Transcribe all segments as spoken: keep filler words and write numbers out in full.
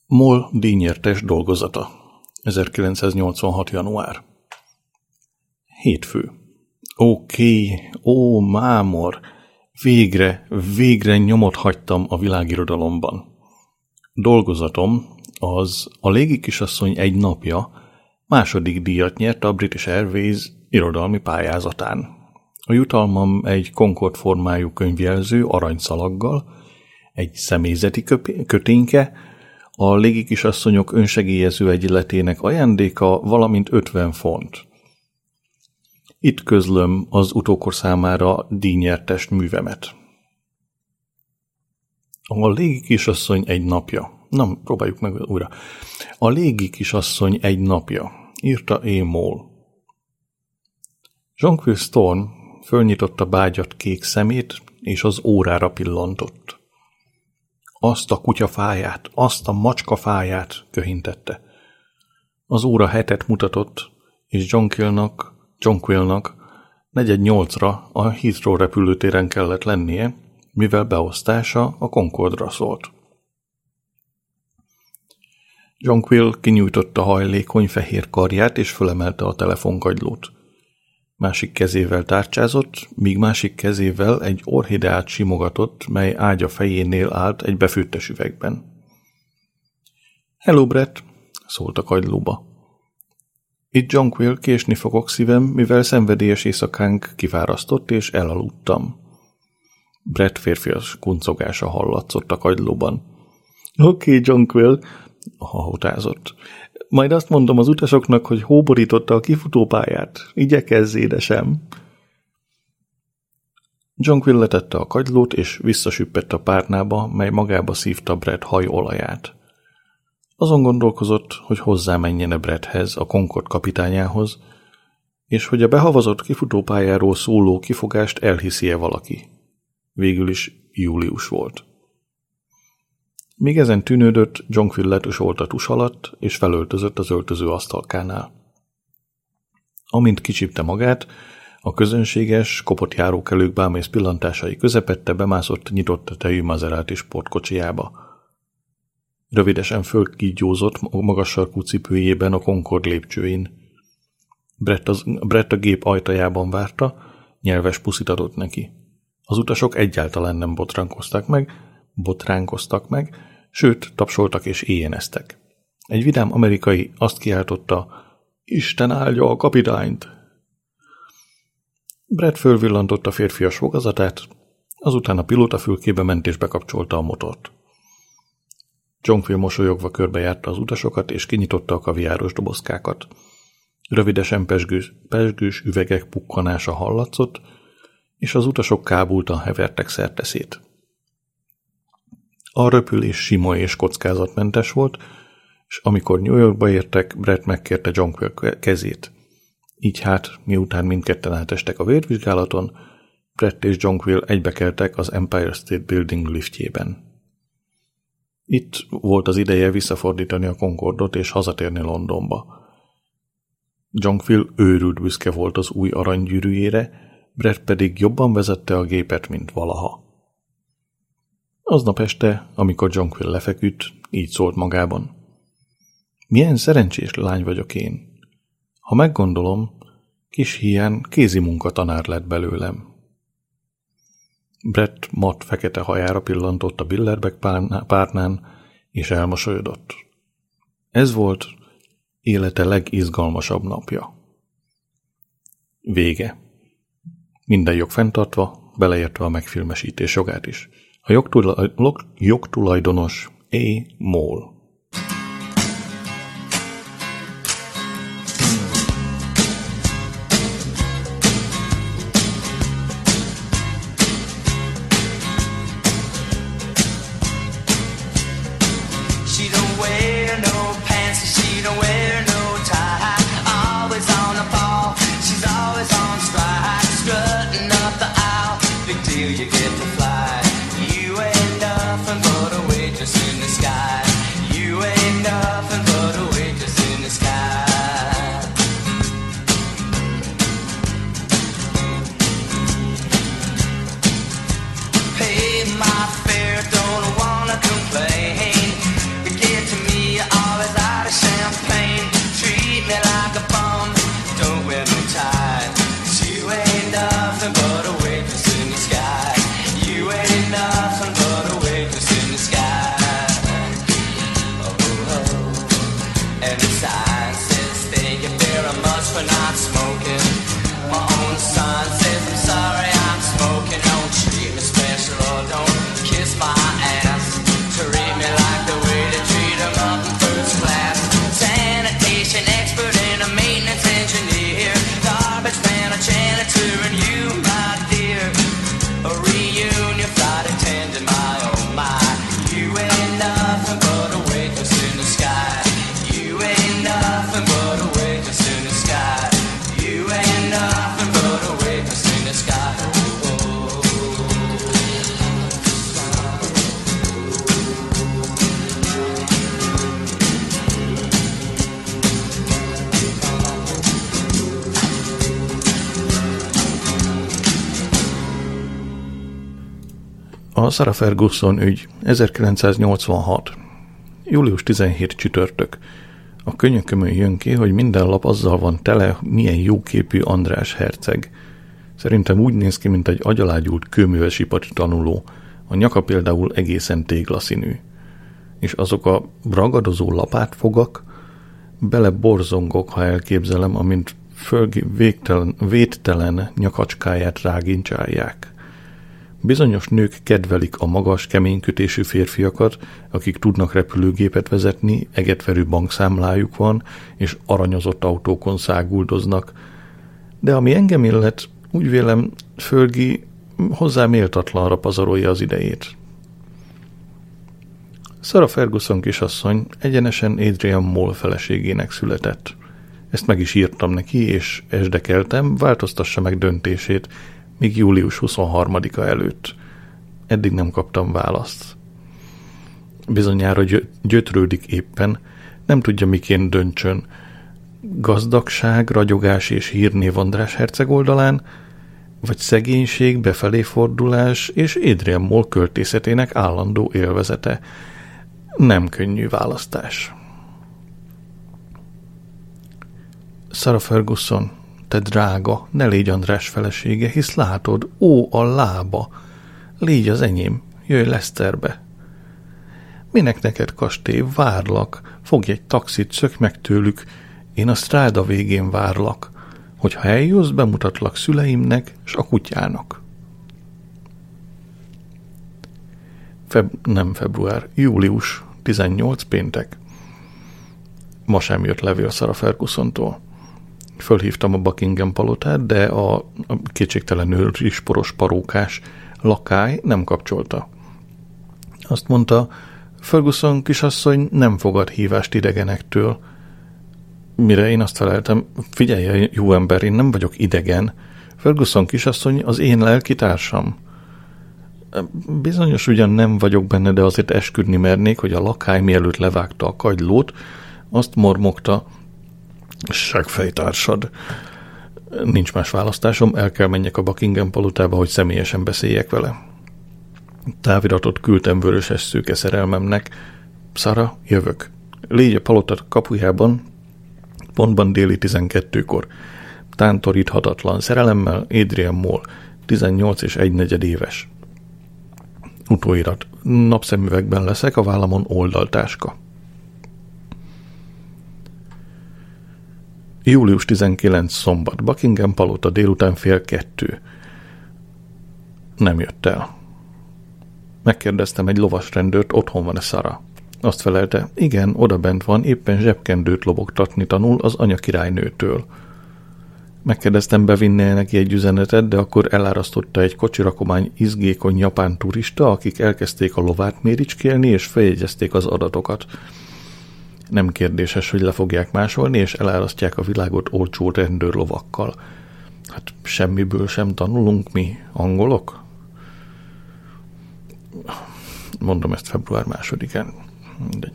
Moll díjnyertes dolgozata. ezerkilencszáznyolcvanhat. január. Hétfő. Oké, ó, mámor, végre, végre nyomot hagytam a világirodalomban. Dolgozatom az A légikisasszony egy napja második díjat nyert a British Airways irodalmi pályázatán. A jutalmam egy Concord formájú könyvjelző aranyszalaggal, egy személyzeti kötényke, a légikisasszonyok önsegélyező egyletének ajándéka, valamint ötven font. Itt közlöm az utókor számára díjnyertes művemet. A légikisasszony egy napja. Na, próbáljuk meg újra. A légikisasszony egy napja. Írta A. Moll. Jonquil Storm fölnyitotta bágyat kék szemét, és az órára pillantott. Azt a kutyafáját, azt a macskafáját, köhintette. Az óra hetet mutatott, és Jonquilnak, Jonquilnak negyed nyolcra a Heathrow repülőtéren kellett lennie, mivel beosztása a Concordra szólt. Jonquil kinyújtotta hajlékony fehér karját, és fölemelte a telefonkagylót. Másik kezével tárcsázott, míg másik kezével egy orchideát simogatott, mely ágya fejénél állt egy befőttes üvegben. Hello, Brett, szólt a kagylóba. Itt Jonquil, késni fogok szívem, mivel szenvedélyes éjszakánk kifárasztott, és elaludtam. Brett férfias kuncogása hallatszott a kagylóban. Oké, okay, Jonquil, hahotázott. Majd azt mondom az utasoknak, hogy hóborította a kifutópályát. Igyekezz, édesem. Jonquil letette a kagylót, és visszasüppett a párnába, mely magába szívta Brett hajolaját. Azon gondolkozott, hogy hozzámenjene Bretthez, a Concord kapitányához, és hogy a behavazott kifutópályáról szóló kifogást elhiszi-e valaki. Végül is július volt. Míg ezen tűnődött, Jonquil letusolt a tus alatt, és felöltözött az öltöző asztalkánál. Amint kicsípte magát, a közönséges, kopott járókelők bámész pillantásai közepette bemászott nyitott tetejű Maserati sportkocsijába. Rövidesen fölkígyózott magas sarkú cipőjében a Concord lépcsőin. Brett, az, Brett a gép ajtajában várta, nyelves puszit adott neki. Az utasok egyáltalán nem botránkoztak meg, botránkoztak meg, sőt, tapsoltak és éjjeneztek. Egy vidám amerikai azt kiáltotta, Isten áldja a kapitányt! Brett fölvillantotta a férfias fogazatát, azután a pilótafülkébe ment és bekapcsolta a motort. Jonquil mosolyogva körbejárta az utasokat, és kinyitotta a kaviáros dobozkákat. Rövidesen pezsgős, pezsgős üvegek pukkanása hallatszott, és az utasok kábultan hevertek szerteszét. A röpülés sima és kockázatmentes volt, és amikor New Yorkba értek, Brett megkérte Jonquil kezét. Így hát, miután mindketten átestek a vérvizsgálaton, Brett és Jonquil egybekeltek az Empire State Building liftjében. Itt volt az ideje visszafordítani a Concordot és hazatérni Londonba. Jonquil őrült büszke volt az új aranygyűrűjére, Brett pedig jobban vezette a gépet, mint valaha. Aznap este, amikor Jonquil lefeküdt, így szólt magában. Milyen szerencsés lány vagyok én. Ha meggondolom, kis híján kézi munkatanár lett belőlem. Brett mat fekete hajára pillantott a Bilderberg párnán, és elmosolyodott. Ez volt élete legizgalmasabb napja. Vége. Minden jog fenntartva, beleértve a megfilmesítés jogát is. A jogtulaj, jogtulajdonos A. Moll. My fare, don't wanna complain. Get to me A Sarah Ferguson ügy, ezerkilencszáznyolcvanhat. július tizenhetedike csütörtök. A könyökömön jön ki, hogy minden lap azzal van tele, milyen jóképű András herceg. Szerintem úgy néz ki, mint egy agyalágyult kőművesipari tanuló. A nyaka például egészen téglaszínű. És azok a ragadozó lapátfogak, bele borzongok, ha elképzelem, amint fölgi végtelen, védtelen nyakacskáját rágincsálják. Bizonyos nők kedvelik a magas, keménykötésű férfiakat, akik tudnak repülőgépet vezetni, egetverő bankszámlájuk van, és aranyozott autókon száguldoznak. De ami engem illet, úgy vélem, Fölgi hozzá méltatlanra pazarolja az idejét. Sarah Ferguson kisasszony egyenesen Adrian Mole feleségének született. Ezt meg is írtam neki, és esdekeltem, változtassa meg döntését, még július huszonharmadika előtt. Eddig nem kaptam választ. Bizonyára gyötrődik éppen, nem tudja miként döntsön. Gazdagság, ragyogás és hírnév András herceg oldalán, vagy szegénység, befelé fordulás és Adrian Mole költészetének állandó élvezete. Nem könnyű választás. Sarah Ferguson, te drága, ne légy András felesége, hisz látod, ó, a lába. Légy az enyém, jöjj Leicesterbe. Minek neked kastély, várlak, fogj egy taxit, szökj meg tőlük, én a stráda végén várlak. Hogyha eljössz, bemutatlak szüleimnek s a kutyának. Feb- nem február, július tizennyolc péntek. Ma sem jött levél Sarah Fergusontól. Fölhívtam a Buckingham palotát, de a, a kétségtelenül risporos parókás lakály nem kapcsolta. Azt mondta, Ferguson kisasszony nem fogad hívást idegenektől. Mire én azt feleltem, figyelj, jó ember, én nem vagyok idegen. Ferguson kisasszony az én lelkitársam. Bizonyos ugyan nem vagyok benne, de azért esküdni mernék, hogy a lakály mielőtt levágta a kagylót, azt mormogta, seggfejtársad. Nincs más választásom, el kell menjek a Buckingham palotába, hogy személyesen beszéljek vele. Táviratot küldtem vöröses szőke szerelmemnek. Sarah, jövök. Légy a palota kapujában, pontban déli tizenkettőkor. Tántoríthatatlan szerelemmel, Adrian Mole, tizennyolc és egynegyed éves. Utóirat. Napszemüvegben leszek, a vállamon oldaltáska. július tizenkilencedike szombat. Buckingham palota délután fél kettő. Nem jött el. Megkérdeztem egy lovasrendőrt, otthon van-e Sarah. Azt felelte, igen, odabent van, éppen zsebkendőt lobogtatni tanul az anyakirálynőtől. Megkérdeztem, bevinne neki egy üzenetet, de akkor elárasztotta egy kocsirakomány izgékony japán turista, akik elkezdték a lovát méricskélni, és feljegyezték az adatokat. Nem kérdéses, hogy le fogják másolni, és elárasztják a világot olcsó rendőrlovakkal. Hát semmiből sem tanulunk mi, angolok? Mondom ezt február másodikán. Mindegy.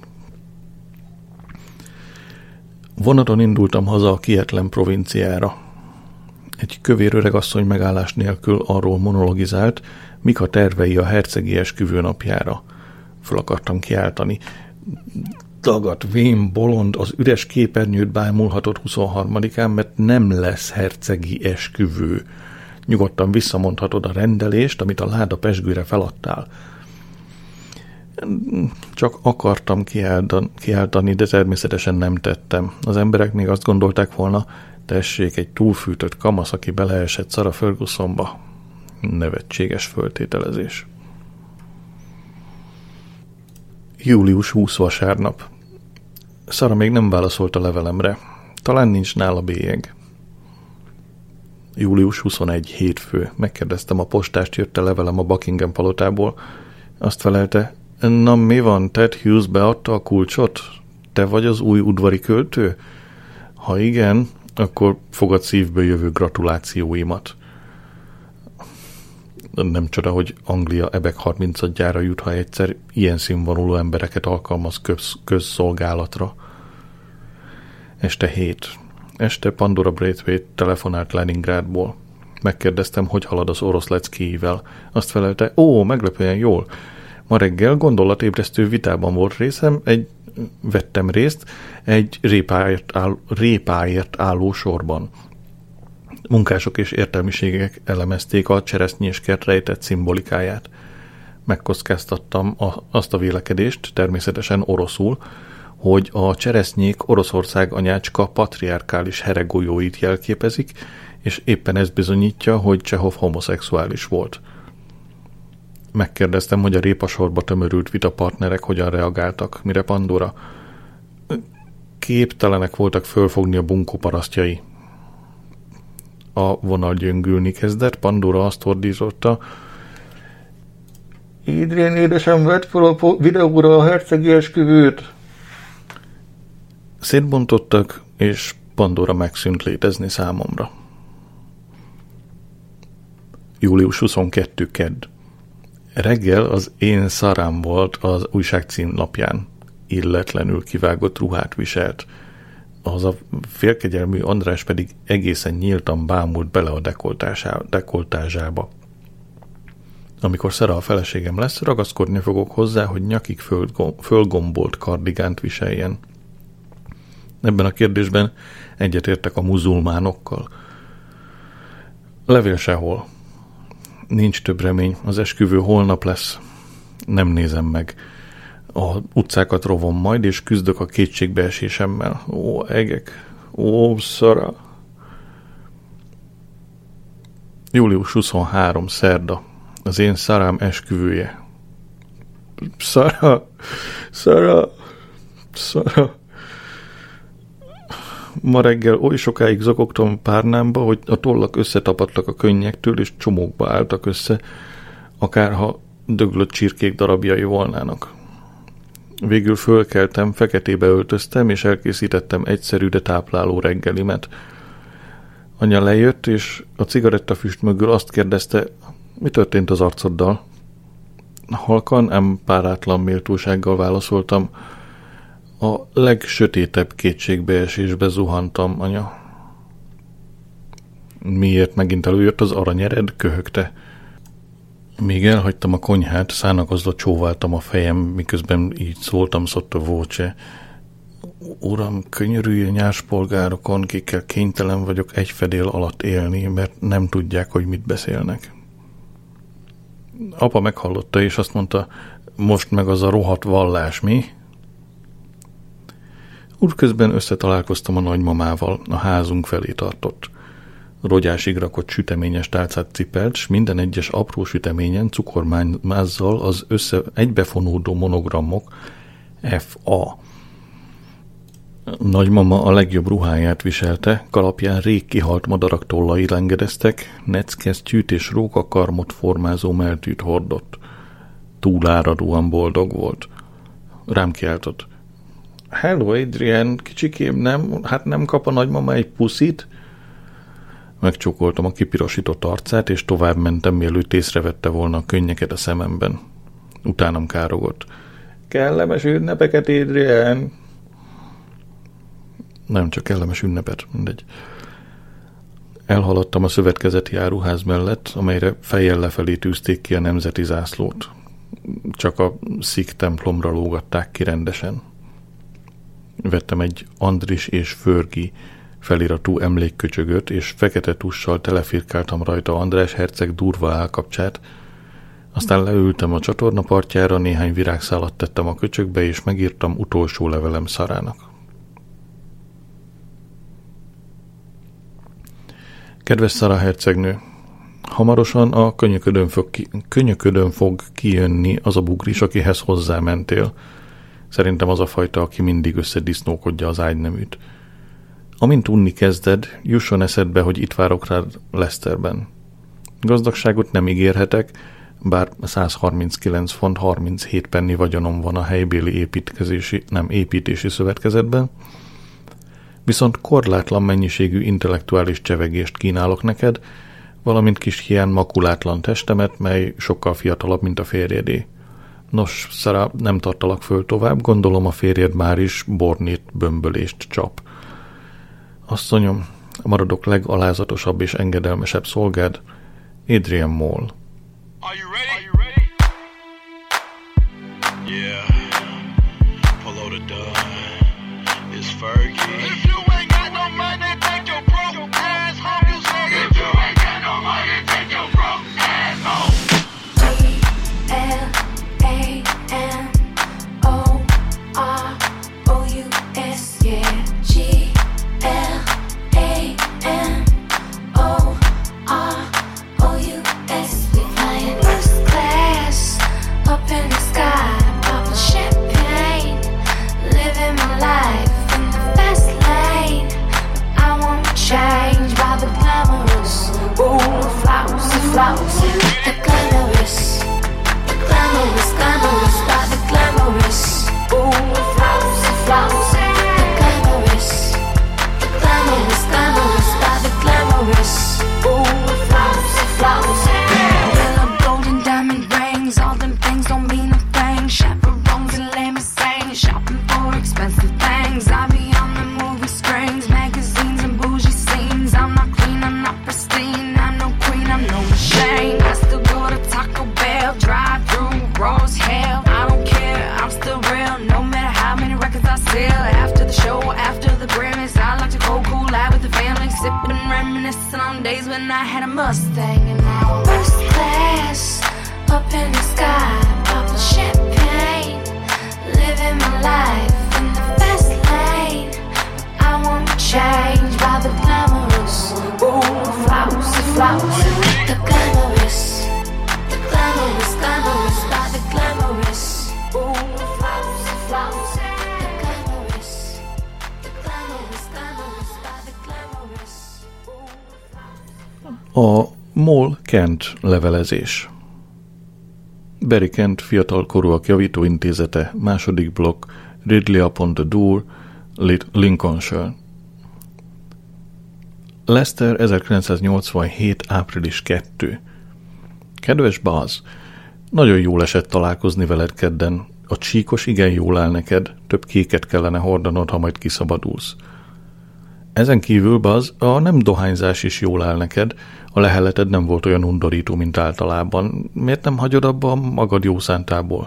Vonaton indultam haza a Kietlen provinciára. Egy kövér öregasszony megállás nélkül arról monologizált, mik a tervei a hercegi esküvő napjára. Föl akartam kiáltani. Dagat, vén, bolond, az üres képernyőt bámulhatott huszonharmadikán, mert nem lesz hercegi esküvő. Nyugodtan visszamondhatod a rendelést, amit a láda pezsgőre feladtál. Csak akartam kiáltani, de természetesen nem tettem. Az emberek még azt gondolták volna, tessék, egy túlfűtött kamasz, aki beleesett Sarah Fergusonba. Nevetséges föltételezés. július huszadika vasárnap. Sarah még nem válaszolt a levelemre. Talán nincs nála bélyeg. július huszonegyedike hétfő. Megkérdeztem a postást, jött a levelem a Buckingham palotából. Azt felelte, na mi van, Ted Hughes beadta a kulcsot? Te vagy az új udvari költő? Ha igen, akkor fogad szívből jövő gratulációimat. Nem csoda, hogy Anglia ebek harmincadjára jut, ha egyszer ilyen színvonuló embereket alkalmaz köz, közszolgálatra. Este hét. Este Pandora Braithwaite telefonált Leningrádból. Megkérdeztem, hogy halad az orosz leckéivel. Azt felelte, ó, meglepően jól. Ma reggel gondolatébresztő vitában volt részem, egy, vettem részt egy répáért, áll, répáért álló sorban. Munkások és értelmiségek elemezték a cseresznyéskert rejtett szimbolikáját. Megkockáztattam a, azt a vélekedést, természetesen oroszul, hogy a cseresznyék Oroszország anyácska patriarkális heregolyóit jelképezik, és éppen ez bizonyítja, hogy Csehov homoszexuális volt. Megkérdeztem, hogy a répasorba tömörült vitapartnerek hogyan reagáltak, mire Pandora képtelenek voltak fölfogni a bunkó parasztjai. A vonal gyöngülni kezdett, Pandora azt ordította, Adrian édesem, vedd fel a videóra a hercegi esküvőt. Szétbontottak, és Pandora megszűnt létezni számomra. július huszonkettedike kedd. Reggel az én szarám volt az újság címlapján. Illetlenül kivágott ruhát viselt. Az a félkegyelmű András pedig egészen nyíltan bámult bele a dekoltázsába. Amikor Sarah a feleségem lesz, ragaszkodni fogok hozzá, hogy nyakig fölgombolt kardigánt viseljen. Ebben a kérdésben egyetértek a muzulmánokkal. Levél sehol. Nincs több remény, az esküvő holnap lesz. Nem nézem meg. A utcákat rovom majd, és küzdök a kétségbeesésemmel. Ó, egek. Ó, Sarah. július huszonharmadika szerda. Az én Sarahám esküvője. Sarah. Sarah. Sarah. Ma reggel oly sokáig zokogtam párnámba, hogy a tollak összetapadtak a könnyektől, és csomókba álltak össze, akárha döglött csirkék darabjai volnának. Végül fölkeltem, feketébe öltöztem, és elkészítettem egyszerű, de tápláló reggelimet. Anya lejött, és a cigarettafüst mögül azt kérdezte, mi történt az arcoddal? Halkan, ám párátlan méltósággal válaszoltam, a legsötétebb kétségbeesésbe zuhantam, anya. Miért megint előjött az aranyered? Köhögte. Míg elhagytam a konyhát, szánakozva csóváltam a fejem, miközben így szóltam sotto voce. Uram, könyörülj a nyárspolgárokon, kikkel kénytelen vagyok egy fedél alatt élni, mert nem tudják, hogy mit beszélnek. Apa meghallotta, és azt mondta, most meg az a rohadt vallás, mi? Útközben összetalálkoztam a nagymamával, a házunk felé tartott. Rogyásig rakott süteményes tálcát cipelt, s minden egyes apró süteményen cukormázzal az össze egybefonódó monogramok F A. Nagymama a legjobb ruháját viselte, kalapján rég kihalt madarak tollai lengedeztek, neckesztyűt és rókakarmot formázó meltűt hordott. Túláradóan boldog volt. Rám kiáltott. Hello, Adrian, kicsikém, nem? Hát nem kap a nagymama egy puszit? Megcsókoltam a kipirosított arcát, és tovább mentem, mielőtt észrevette volna a könnyeket a szememben. Utánam károgott. Kellemes ünnepeket, Adrian! Nem csak kellemes ünnepet, mindegy. Elhaladtam a szövetkezeti áruház mellett, amelyre fejjel lefelé tűzték ki a nemzeti zászlót. Csak a szik templomra lógatták ki rendesen. Vettem egy Andris és Förgi feliratú emlékköcsögöt, és fekete tussal telefirkáltam rajta András herceg durva állkapcsát, Aztán leültem a csatorna partjára, néhány virágszálat tettem a köcsökbe, és megírtam utolsó levelem Szarának. Kedves Szara hercegnő, hamarosan a könyöködön fog, ki, könyöködön fog kijönni az a bugris, akihez hozzámentél. Szerintem az a fajta, aki mindig összedisznókodja az ágyneműt. Amint unni kezded, jusson eszedbe, hogy itt várok rád Leicesterben. Gazdagságot nem ígérhetek, bár száz harminckilenc font harminchét penni vagyonom van a helybéli építkezési, nem építési szövetkezetben, viszont korlátlan mennyiségű intellektuális csevegést kínálok neked, valamint kis hián makulátlan testemet, mely sokkal fiatalabb, mint a férjedé. Nos, Szara, nem tartalak föl tovább, gondolom a férjed már is bornét bömbölést csap. Asszonyom, maradok legalázatosabb és engedelmesebb szolgád, Adrian Mole. Are you ready? Are you ready? Yeah. Polo the dog. It's Fergie. If you ain't got no money, take your broke ass home. You say if you ain't got no money, take your broke ass home. G L A M O R O U S, yeah. G L A M O R O U S. We flying first class up in the sky, popping champagne, living my life in the fast lane. I won't change by the glamorous, ooh, flousy, flousy, the glamorous, the glamorous, glamorous, by the glamorous, ooh, flousy, flousy, the glamorous, the glamorous, glamorous, by the glamorous, ooh, flousy, flousy. Yellow golden diamond rings, all them things don't mean a thing. Chaperones and limousines, shopping for expensive things. I be on the movie screens, magazines and bougie scenes. I'm not clean, I'm not pristine, I'm no queen, I'm no machine. I still go to Taco Bell, drive through Rose Hill. I don't care, I'm still real, no matter how many records I sell. After the show, after the Grammys, I like to go cool out with the family, sipping and reminiscing on days when I had a Mustang. And now first class, up in the sky, popping champagne, living my life in the fast lane. I won't change by the glamorous, ooh, flousy, flousy, the glamorous, the glamorous, glamorous, by the glamorous, ooh, flousy, flousy, the glamorous, the glamorous, glamorous, by the glamorous, ooh, flousy. A Mole-Kent levelezés. Barry Kent fiatalkorúak javítóintézete, második blokk, Ridley upon the Door, Lincolnshire. Leicester, ezerkilencszáznyolcvanhét. április kettő. Kedves Buzz, nagyon jól esett találkozni veled kedden. A csíkos igen jól áll neked, több kéket kellene hordanod, ha majd kiszabadulsz. Ezen kívül, Buzz, a nem dohányzás is jól áll neked, a leheleted nem volt olyan undorító, mint általában. Miért nem hagyod abba magad jó szántából?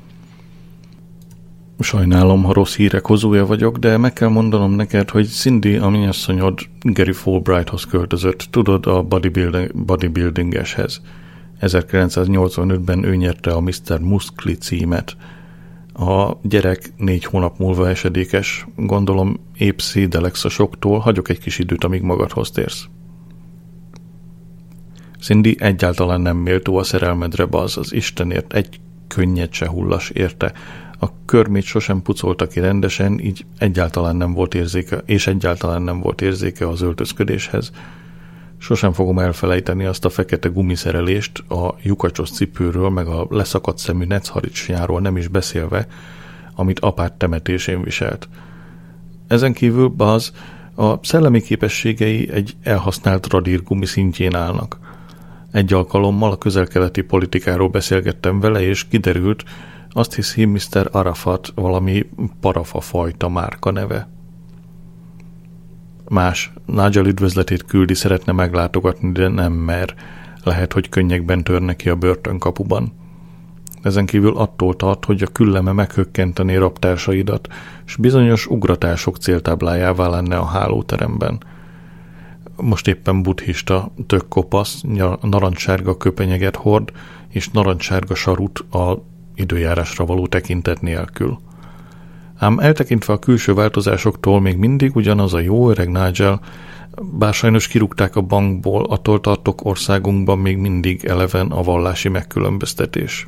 Sajnálom, ha rossz hírek hozója vagyok, de meg kell mondanom neked, hogy Cindy, a mennyasszonyod, Gary Fulbrighthoz költözött, tudod, a bodybuilding, bodybuildingeshez. ezerkilencszáznyolcvanötben ő nyerte a miszter Muscli címet. A gyerek négy hónap múlva esedékes, gondolom épp szédelegsz a soktól, hagyok egy kis időt, amíg magadhoz térsz. Cindy egyáltalán nem méltó a szerelmedre, Buzz, az Istenért egy könnyed se hullas érte. A körmét sosem pucolta ki rendesen, így egyáltalán nem volt érzéke, és egyáltalán nem volt érzéke az öltözködéshez. Sosem fogom elfelejteni azt a fekete gumiszerelést, a lyukacsos cipőről, meg a leszakadt szemű necharitsjáról nem is beszélve, amit apád temetésén viselt. Ezen kívül, Buzz, a szellemi képességei egy elhasznált radírgumi szintjén állnak. Egy alkalommal a közel-keleti politikáról beszélgettem vele, és kiderült, azt hiszi miszter Arafat valami parafa fajta márka neve. Más, Nigel üdvözletét küldi, szeretne meglátogatni, de nem mer. Lehet, hogy könnyekben tör neki a börtönkapuban. Ezen kívül attól tart, hogy a külleme meghökkentené raptársaidat, s bizonyos ugratások céltáblájává lenne a hálóteremben. most éppen buddhista, tök kopasz, narancssárga köpenyeget hord, és narancssárga sarut a időjárásra való tekintet nélkül. Ám eltekintve a külső változásoktól még mindig ugyanaz a jó öreg Nigel, bár sajnos kirúgták a bankból, attól tartok országunkban még mindig eleven a vallási megkülönböztetés.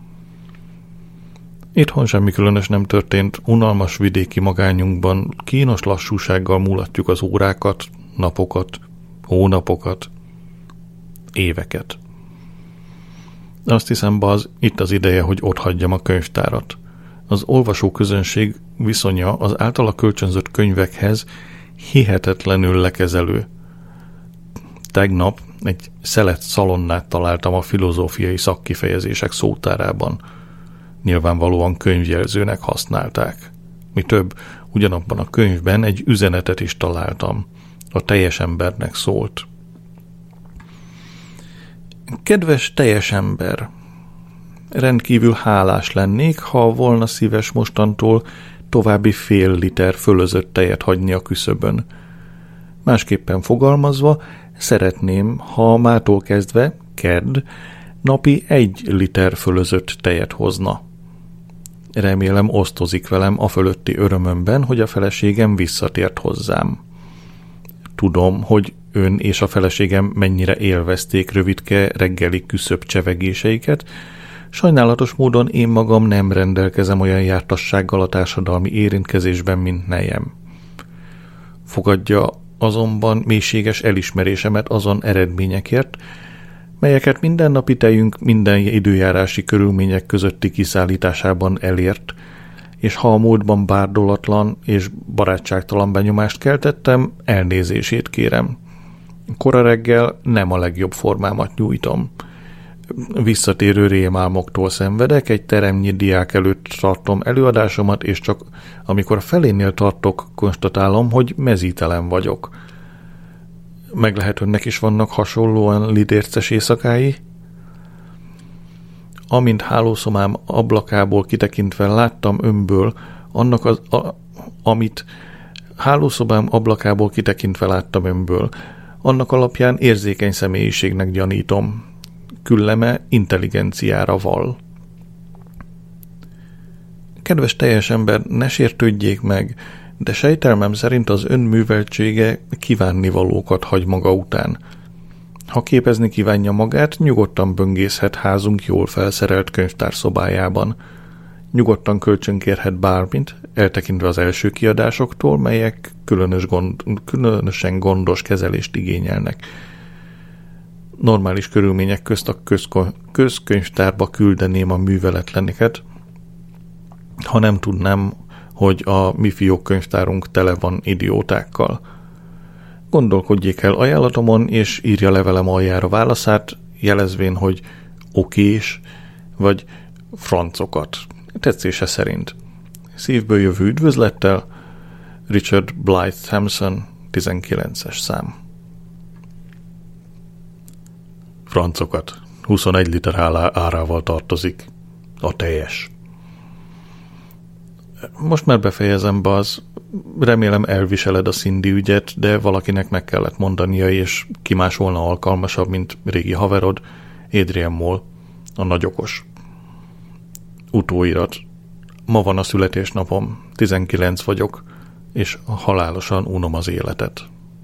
Itthon semmi különös nem történt, unalmas vidéki magányunkban kínos lassúsággal múlatjuk az órákat, napokat, hónapokat, éveket. Azt hiszem, Baz, itt az ideje, hogy otthagyjam a könyvtárat. Az olvasóközönség viszonya az általa kölcsönzött könyvekhez hihetetlenül lekezelő. Tegnap egy szelet szalonnát találtam a filozófiai szakkifejezések szótárában. Nyilvánvalóan könyvjelzőnek használták. Mi több, ugyanabban a könyvben egy üzenetet is találtam. A teljes embernek szólt. Kedves teljes ember! Rendkívül hálás lennék, ha volna szíves mostantól további fél liter fölözött tejet hagyni a küszöbön. Másképpen fogalmazva, szeretném, ha mától kezdve, kedd, napi egy liter fölözött tejet hozna. Remélem osztozik velem a fölötti örömömben, hogy a feleségem visszatért hozzám. Tudom, hogy ön és a feleségem mennyire élvezték rövidke reggeli küszöb csevegéseiket. Sajnálatos módon én magam nem rendelkezem olyan jártassággal a társadalmi érintkezésben, mint nejem. Fogadja azonban mélységes elismerésemet azon eredményekért, melyeket mindennapi tejünk minden időjárási körülmények közötti kiszállításában elért, és ha a múltban bárdolatlan és barátságtalan benyomást keltettem, elnézését kérem. Kora reggel nem a legjobb formámat nyújtom. Visszatérő rémálmoktól szenvedek, egy teremnyi diák előtt tartom előadásomat, és csak amikor a felénél tartok, konstatálom, hogy mezítelen vagyok. Meg lehet, önnek is vannak hasonlóan lidérces éjszakái? Amint hálószobám ablakából kitekintve láttam önből, annak az, a, amit hálószobám ablakából kitekintve láttam önből, annak alapján érzékeny személyiségnek gyanítom. Külleme intelligenciára val. Kedves teljes ember, ne sértődjék meg, de sejtelmem szerint az ön műveltsége kívánnivalókat hagy maga után. Ha képezni kívánja magát, nyugodtan böngészhet házunk jól felszerelt könyvtárszobájában. Nyugodtan kölcsönkérhet bármit, eltekintve az első kiadásoktól, melyek különös gond, különösen gondos kezelést igényelnek. Normális körülmények közt a közko- közkönyvtárba küldeném a műveletleneket, ha nem tudnám, hogy a mi fiókkönyvtárunk tele van idiótákkal. Gondolkodjék el ajánlatomon, és írja levelem aljára válaszát, jelezvén, hogy okés, vagy francokat, tetszése szerint. Szívből jövő üdvözlettel, Richard Blythe Thompson, tizenkilences szám. Francokat, huszonegy liter árával tartozik. A teljes. Most már befejezem, Baz. Remélem elviseled a Cindy ügyet, de valakinek meg kellett mondania, és ki más volna alkalmasabb, mint régi haverod, Adrian Moll, a nagyokos. Utóirat. Ma van a születésnapom, tizenkilenc vagyok, és halálosan unom az életet.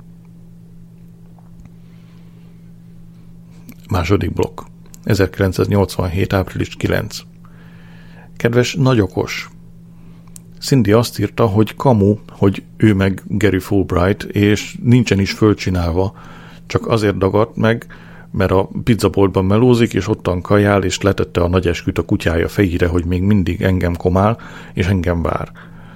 Második blokk. ezerkilencszáznyolcvanhét. április kilenc. Kedves nagyokos! Cindy azt írta, hogy kamu, hogy ő meg Gary Fulbright, és nincsen is fölcsinálva, csak azért dagadt meg, mert a pizzaboltban melózik, és ottan kajál, és letette a nagy esküt a kutyája fejére, hogy még mindig engem komál, és engem vár.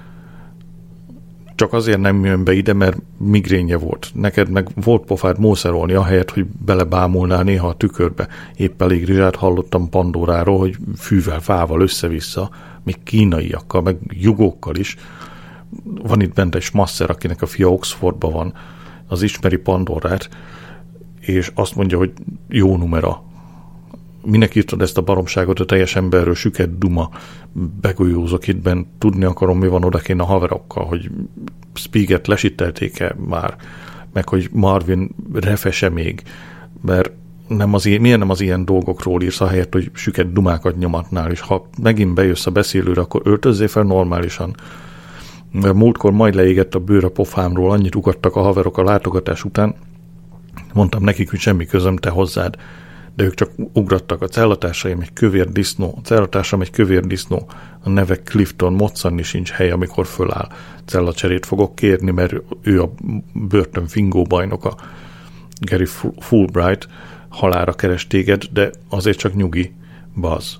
Csak azért nem jön be ide, mert migrénye volt. Neked meg volt pofád mószerolni, ahelyett, hogy belebámulnál néha a tükörbe. Épp elég rizsát hallottam Pandoráról, hogy fűvel, fával össze-vissza, még kínaiakkal, meg jugókkal is. Van itt bent egy smasszer, akinek a fia Oxfordban van, az ismeri Pandorát, és azt mondja, hogy jó numera. Minek írtad ezt a baromságot a teljes emberről, süket duma, begolyózok itt bent, tudni akarom, mi van odakén a haverokkal, hogy Spiget lesítelték-e már, meg hogy Marvin refese még, mert nem az ilyen, miért nem az ilyen dolgokról írsz, ahelyett, hogy süket dumákat nyomatnál, és ha megint bejössz a beszélőre, akkor öltözzél fel normálisan. Mert múltkor majd leégett a bőr a pofámról, annyit ugattak a haverok a látogatás után, mondtam nekik, hogy semmi közöm te hozzád, de ők csak ugrattak. A cellatársaim egy kövér disznó, a cellatársam egy kövér disznó, a neve Clifton, moccanni sincs hely, amikor föláll. Cellacserét fogok kérni, mert ő a börtön fingó bajnoka. Gary Fulbright, halálra keres téged, de azért csak nyugi, Buzz.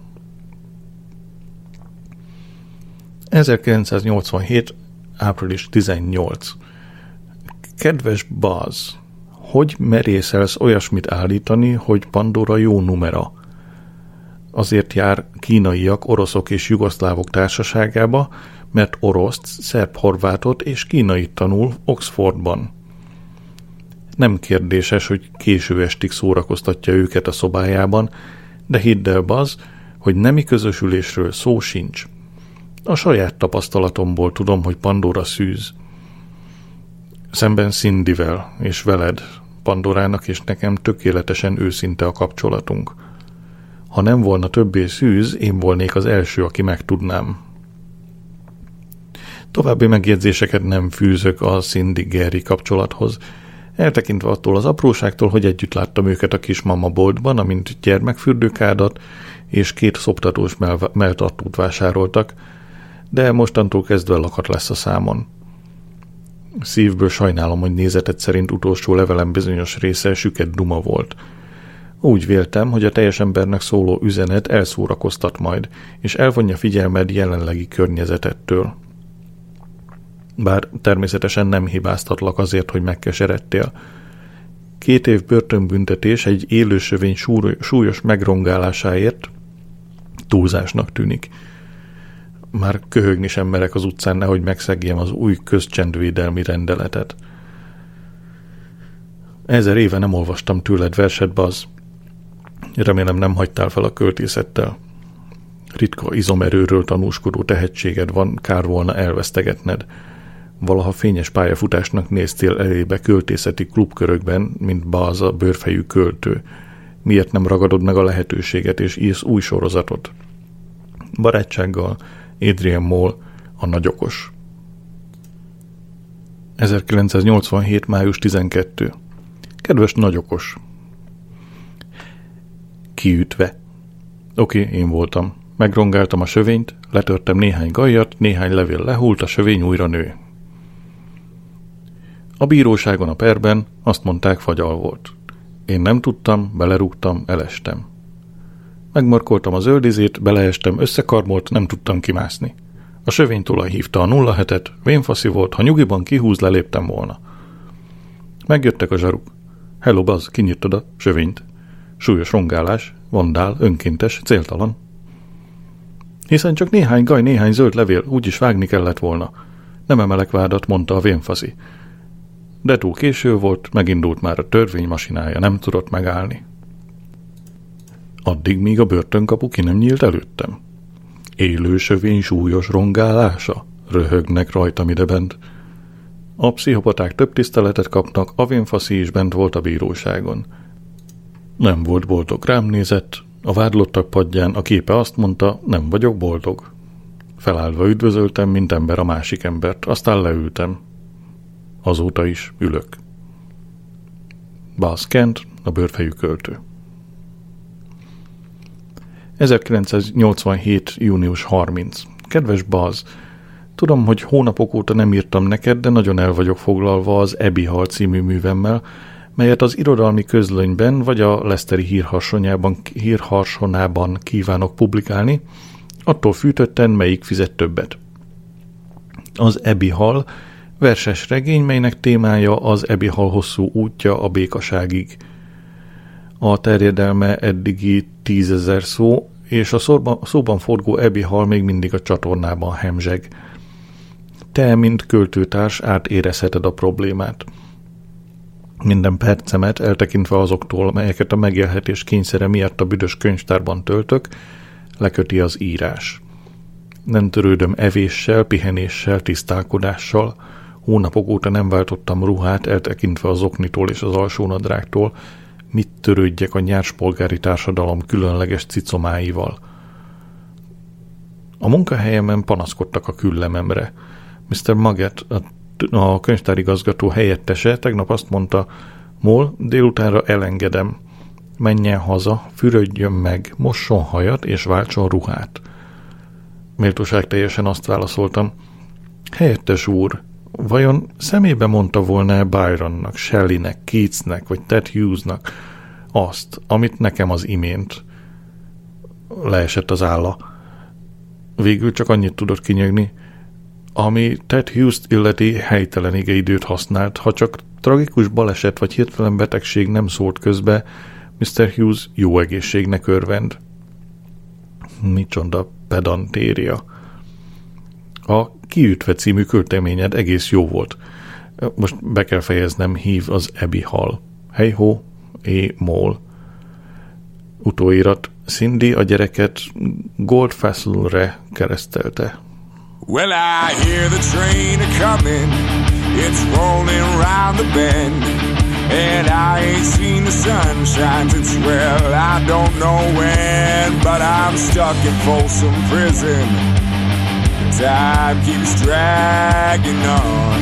ezerkilencszáznyolcvanhét. április tizennyolcadika. Kedves Buzz, hogy merészelsz olyasmit állítani, hogy Pandora jó numera? Azért jár kínaiak, oroszok és jugoszlávok társaságába, mert oroszt, szerb-horvátot és kínait tanul Oxfordban. Nem kérdéses, hogy késő estig szórakoztatja őket a szobájában, de hidd el, Buzz, hogy nemi közösülésről szó sincs. A saját tapasztalatomból tudom, hogy Pandora szűz. Szemben Cindyvel és veled, Pandorának és nekem tökéletesen őszinte a kapcsolatunk. Ha nem volna többé szűz, én volnék az első, aki megtudnám. További megjegyzéseket nem fűzök a Cindy-Gary kapcsolathoz, eltekintve attól az apróságtól, hogy együtt láttam őket a kismama boltban, amint gyermekfürdőkádat és két szoptatós melltartót vásároltak, de mostantól kezdve lakat lesz a számon. Szívből sajnálom, hogy nézeted szerint utolsó levelem bizonyos része süket duma volt. Úgy véltem, hogy a teljes embernek szóló üzenet elszórakoztat majd, és elvonja figyelmed jelenlegi környezetettől. Bár természetesen nem hibáztatlak azért, hogy megkeseredtél. Két év börtönbüntetés egy élősövény súlyos megrongálásáért túlzásnak tűnik. Már köhögni sem merek az utcán, nehogy megszegjem az új közcsendvédelmi rendeletet. Ezer éve nem olvastam tőled verset, Buzz. Remélem nem hagytál fel a költészettel. Ritka izomerőről tanúskodó tehetséged van, kár volna elvesztegetned. Valaha fényes pályafutásnak néztél elébe költészeti klubkörökben, mint Buzz a bőrfejű költő. Miért nem ragadod meg a lehetőséget és írsz új sorozatot? Barátsággal, Adrian Mole, a nagyokos. ezerkilencszáznyolcvanhét. május tizenkettedike. Kedves nagyokos! Kiütve. Oké, én voltam. Megrongáltam a sövényt, letörtem néhány gajjat, néhány levél lehult, a sövény újra nő. A bíróságon a perben azt mondták, fagyal volt. Én nem tudtam, belerúgtam, elestem. Megmarkoltam az öldizét, beleestem, összekarmolt, nem tudtam kimászni. A sövénytolaj hívta a nulla hetet, vénfaszi volt, ha nyugiban kihúz, leléptem volna. Megjöttek a zsaruk. Hello, Buzz, kinyitod a sövényt. Súlyos rongálás, vandál, önkéntes, céltalan. Hiszen csak néhány gaj, néhány zöld levél, úgyis vágni kellett volna. Nem emelek vádat, mondta a vénfaszi. De túl késő volt, megindult már a törvénymasinája, nem tudott megállni. Addig, míg a börtönkapu ki nem nyílt előttem. Élő sövény súlyos rongálása? Röhögnek rajtam idebent. A pszichopaták több tiszteletet kapnak, a vénfaszi is bent volt a bíróságon. Nem volt boldog, rám nézett, a vádlottak padján a képe azt mondta, nem vagyok boldog. Felállva üdvözöltem, mint ember a másik embert, aztán leültem. Azóta is ülök. Buzz Kent, a bőrfejű költő. ezerkilencszáznyolcvanhét. június harmincadika. Kedves Buzz, tudom, hogy hónapok óta nem írtam neked, de nagyon el vagyok foglalva az Abby Hall című művemmel, melyet az irodalmi közlönyben vagy a Leicesteri hírharsonyában, hírharsonában kívánok publikálni, attól fűtötten, melyik fizet többet. Az Abby Hall verses regény, melynek témája az Abby Hall hosszú útja a békaságig. A terjedelme eddigi tízezer szó, és a szóban, szóban forgó Abby Hall még mindig a csatornában hemzseg. Te, mint költőtárs, átérezheted a problémát. Minden percemet, eltekintve azoktól, melyeket a megélhetés kényszere miatt a büdös könyvtárban töltök, leköti az írás. Nem törődöm evéssel, pihenéssel, tisztálkodással, Hónapok óta nem váltottam ruhát, eltekintve az oknitól és az alsónadrágtól, mit törődjek a nyárspolgári társadalom különleges cicomáival. A munkahelyemen panaszkodtak a küllememre. miszter Maggett, a, a könyvtárigazgató helyettese tegnap azt mondta, Mol, délutánra elengedem. Menjen haza, fürödjön meg, mosson hajat és váltson ruhát. Méltóság teljesen azt válaszoltam, helyettes úr, vajon szemébe mondta volna Byronnak, Shelleynek, Keatsnek vagy Ted Hughesnak azt, amit nekem az imént leesett az álla. Végül csak annyit tudott kinyögni, ami Ted Hughes-t illeti helytelen igeidőt használt, ha csak tragikus baleset vagy hirtelen betegség nem szólt közbe, miszter Hughes jó egészségnek örvend. Micsoda pedantéria. A Kiütve című költeményed egész jó volt. Most be kell fejeznem, hív az Abbey Hall. Hey-ho, é mól. Utóirat, Cindy a gyereket Goldfastle-re keresztelte. Well, I hear the train a-comin', it's rolling round the bend, and I ain't seen the sunshine since, well, I don't know when, but I'm stuck in Folsom Prison. The time keeps dragging on.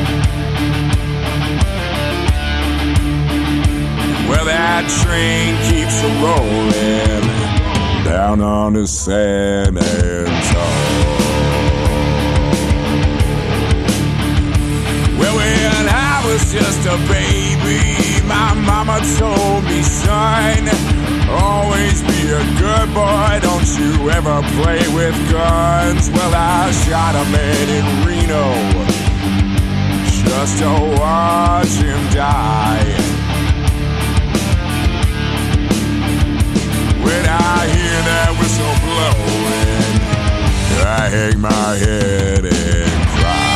Well, that train keeps a-rolling down on the San Antonio. Well, when I was just a baby, my mama told me, son, always be a good boy, don't you ever play with guns. Well, I shot a man in Reno just to watch him die. When I hear that whistle blowing, I hang my head and cry.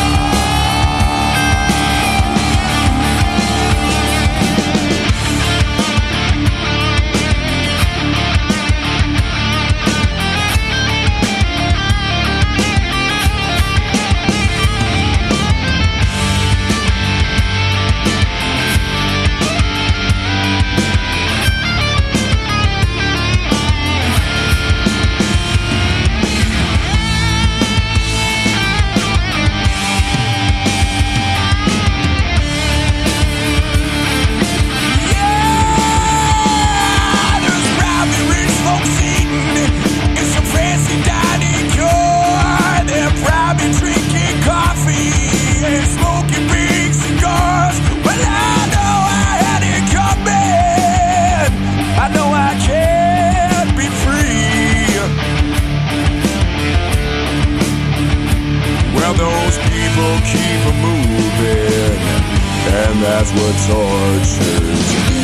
That's what tortures me.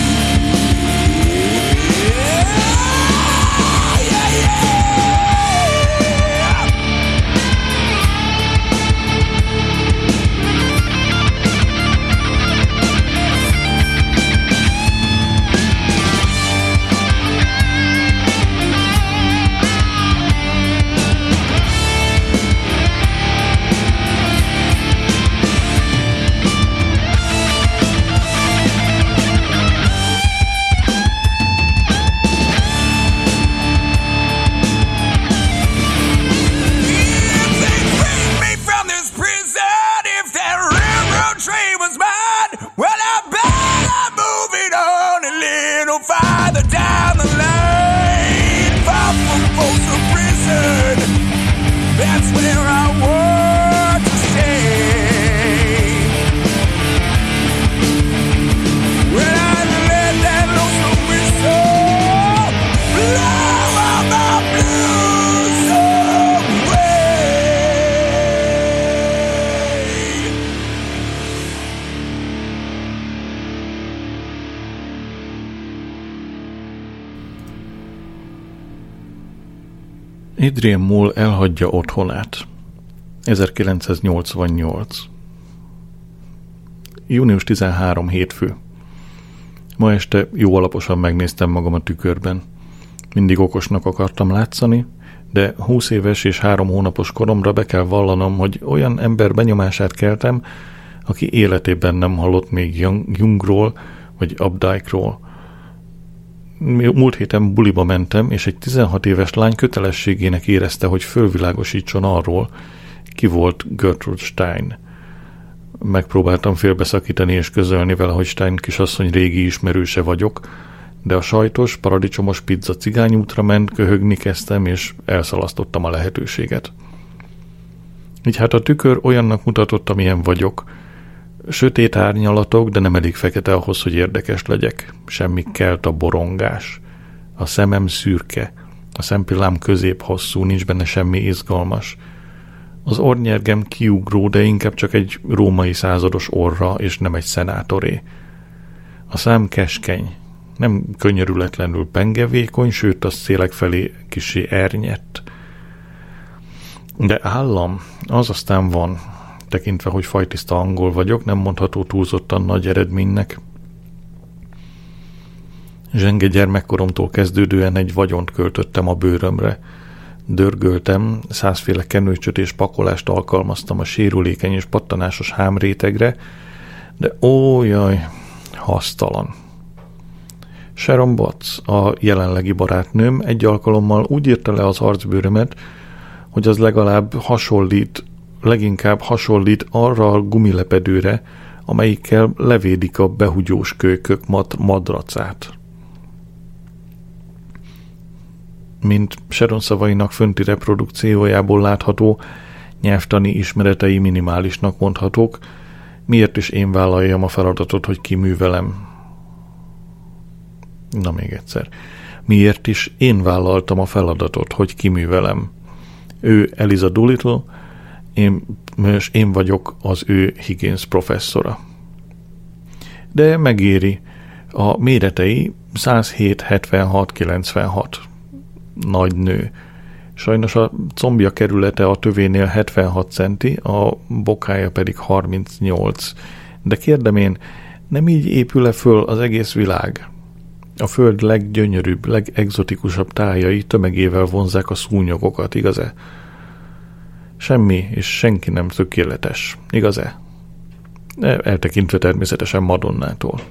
Yeah, yeah, yeah. Adrian Mole elhagyja otthonát. ezerkilencszáznyolcvannyolc. június tizenharmadika hétfő. Ma este jó alaposan megnéztem magam a tükörben. Mindig okosnak akartam látszani, de húsz éves és három hónapos koromra be kell vallanom, hogy olyan ember benyomását keltem, aki életében nem hallott még Jungról vagy Updike-ról. Múlt héten buliba mentem, és egy tizenhat éves lány kötelességének érezte, hogy fölvilágosítson arról, ki volt Gertrude Stein. Megpróbáltam félbeszakítani és közölni vele, hogy Stein kisasszony régi ismerőse vagyok, de a sajtos, paradicsomos pizza cigányútra ment, köhögni kezdtem, és elszalasztottam a lehetőséget. Így hát a tükör olyannak mutatott, amilyen vagyok. Sötét árnyalatok, de nem elég fekete ahhoz, hogy érdekes legyek. Semmi kelt a borongás. A szemem szürke, a szempillám középhosszú, nincs benne semmi izgalmas. Az orrnyergem kiugró, de inkább csak egy római százados orra, és nem egy szenátoré. A szám keskeny, nem könyörületlenül pengevékony, sőt a szélek felé kissé ernyett. De állam, az aztán van, tekintve, hogy fajtiszta angol vagyok, nem mondható túlzottan nagy eredménynek. Zsenge gyermekkoromtól kezdődően egy vagyont költöttem a bőrömre. Dörgöltem, százféle kenőcsöt és pakolást alkalmaztam a sérülékeny és pattanásos hámrétegre, de ó, jaj, hasztalan. Sharon Batts, a jelenlegi barátnőm, egy alkalommal úgy írta le az arcbőrömet, hogy az legalább hasonlít, leginkább hasonlít arra a gumilepedőre, amelyikkel levédik a behugyós kölykök mad- madracát. Mint Sharon szavainak fönti reprodukciójából látható, nyelvtani ismeretei minimálisnak mondhatók, miért is én vállaljam a feladatot, hogy kiművelem. Na még egyszer. Miért is én vállaltam a feladatot, hogy kiművelem. Ő Eliza Doolittle, én, és én vagyok az ő Higgins professzora. De megéri. A méretei száz hét hetvenhat kilencvenhat. Nagy nő. Sajnos a combja kerülete a tövénél hetvenhat centi, a bokája pedig harmincnyolc. De kérdem én, nem így épül-e föl az egész világ? A föld leggyönyörűbb, legegzotikusabb tájai tömegével vonzzák a szúnyogokat, igaz-e? Semmi és senki nem tökéletes, igaz-e? Eltekintve természetesen Madonnától.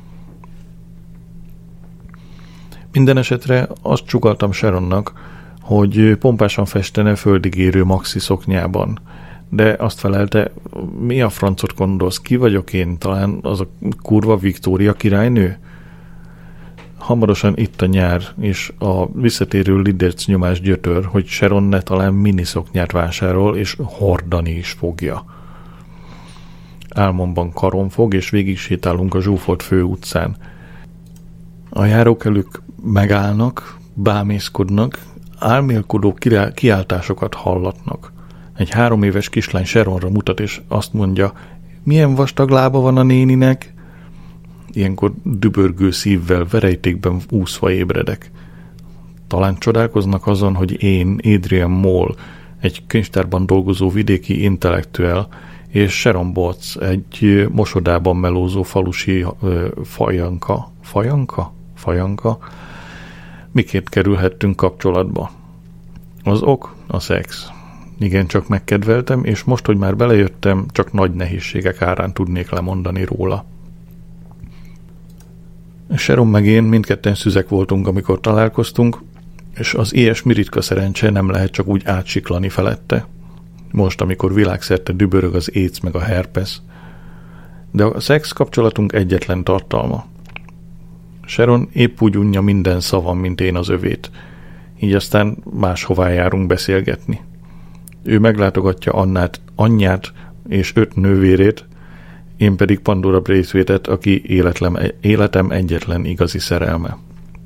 Minden esetre azt csugaltam Sharonnak, hogy pompásan festene földigérő maxi szoknyában, de azt felelte, mi a francot gondolsz, ki vagyok én, talán az a kurva Viktória királynő? Hamarosan itt a nyár, és a visszatérő lidérc nyomás gyötör, hogy Sharon ne talán miniszoknyát vásárol, és hordani is fogja. Álmomban karon fog, és végig sétálunk a zsúfolt főutcán. A járókelők megállnak, bámészkodnak, álmélkodó kiáltásokat hallatnak. Egy három éves kislány Sharonra mutat, és azt mondja, milyen vastag lába van a néninek? Ilyenkor dübörgő szívvel, verejtékben úszva ébredek. Talán csodálkoznak azon, hogy én, Adrian Moll, egy könyvtárban dolgozó vidéki intellektuel, és Sharon Batts, egy mosodában melózó falusi ö, fajanka, fajanka? Fajanka? Miként kerülhettünk kapcsolatba? Az ok, a szex. Igen, csak megkedveltem, és most, hogy már belejöttem, csak nagy nehézségek árán tudnék lemondani róla. Sharon meg én mindketten szüzek voltunk, amikor találkoztunk, és az ilyesmi ritka szerencse nem lehet csak úgy átsiklani felette. Most, amikor világszerte dübörög az AIDS meg a herpes. De a szex kapcsolatunk egyetlen tartalma. Sharon épp úgy unja minden szavam, mint én az övét. Így aztán máshová járunk beszélgetni. Ő meglátogatja Annát, anyját és öt nővérét, én pedig Pandora Braithwaite-et, aki életlem, életem egyetlen igazi szerelme.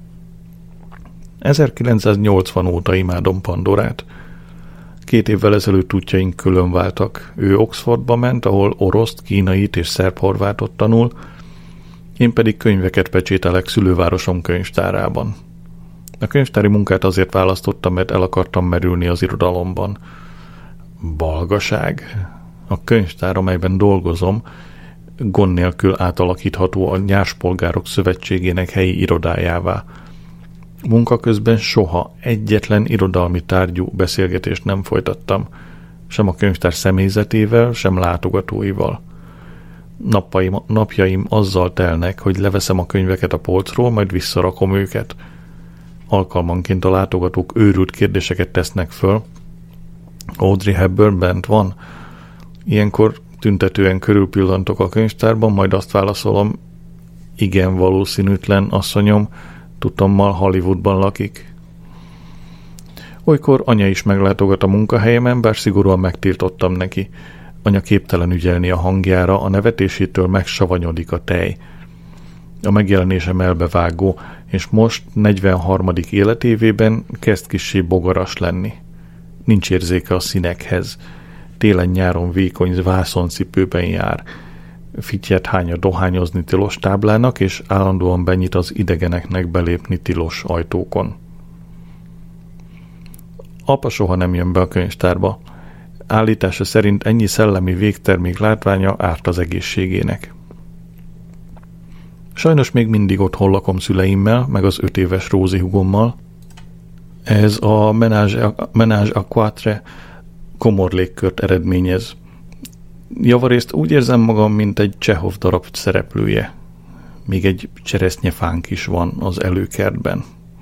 ezerkilencszáznyolcvan óta imádom Pandorát. Két évvel ezelőtt útjaink külön váltak. Ő Oxfordba ment, ahol oroszt, kínait és szerb-horvátot tanul, én pedig könyveket pecsételek szülővárosom könyvtárában. A könyvtári munkát azért választottam, mert el akartam merülni az irodalomban. Balgaság. A könyvtár, amelyben dolgozom, gond nélkül átalakítható a Nyárspolgárok Szövetségének helyi irodájává. Munka közben soha egyetlen irodalmi tárgyú beszélgetést nem folytattam, sem a könyvtár személyzetével, sem látogatóival. Napjaim, napjaim azzal telnek, hogy leveszem a könyveket a polcról, majd visszarakom őket. Alkalmanként a látogatók őrült kérdéseket tesznek föl. Audrey Hepburn bent van? Ilyenkor tüntetően körülpillantok a könyvtárban, majd azt válaszolom, igen, valószínűtlen, asszonyom, tudtommal Hollywoodban lakik. Olykor anya is meglátogat a munkahelyemen, bár szigorúan megtiltottam neki. Anya képtelen ügyelni a hangjára, a nevetésétől megsavanyodik a tej. A megjelenésem elbevágó, és most negyvenharmadik életévében kezd kissé bogaras lenni. Nincs érzéke a színekhez. Télen-nyáron vékony vászoncipőben jár. Fittyet hány a dohányozni tilos táblának, és állandóan benyit az idegeneknek belépni tilos ajtókon. Apa soha nem jön be a könyvtárba. Állítása szerint ennyi szellemi végtermék látványa árt az egészségének. Sajnos még mindig otthon lakom szüleimmel, meg az öt éves Rózi hugommal. Ez a Menage, Menage à Quatre komor légkört eredményez. Javarészt úgy érzem magam, mint egy Csehov darab szereplője. Még egy cseresznyefánk is van az előkertben.